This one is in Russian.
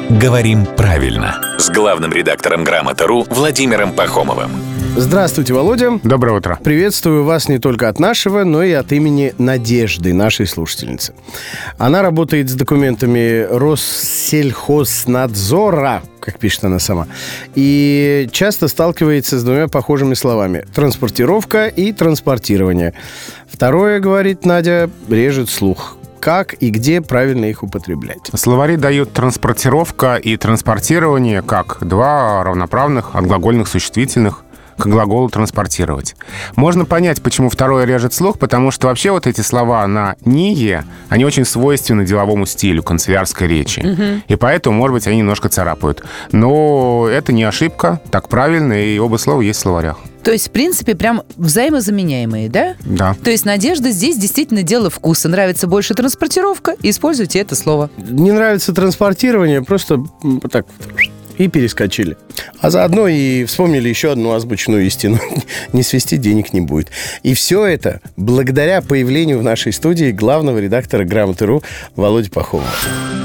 «Говорим правильно» с главным редактором «Грамоты.ру» Владимиром Пахомовым. Здравствуйте, Володя. Доброе утро. Приветствую вас не только от нашего, но и от имени Надежды, нашей слушательницы. Она работает с документами Россельхознадзора, как пишет она сама, и часто сталкивается с двумя похожими словами: транспортировка и транспортирование. Второе, говорит Надя, режет слух. Как и где правильно их употреблять? Словари дают транспортировка и транспортирование как два равноправных отглагольных существительных к глаголу «транспортировать». Можно понять, почему второе режет слух, потому что вообще вот эти слова на «ние», они очень свойственны деловому стилю, канцелярской речи. И поэтому, может быть, они немножко царапают. Но это не ошибка, так правильно, и оба слова есть в словарях. То есть, в принципе, прям взаимозаменяемые, да? Да. То есть, Надежда, здесь действительно дело вкуса. Нравится больше транспортировка, используйте это слово. Не нравится транспортирование, просто так и перескочили. А заодно и вспомнили еще одну азбучную истину: не свести денег не будет. И все это благодаря появлению в нашей студии главного редактора «Грамоты.ру» Володи Пахомова.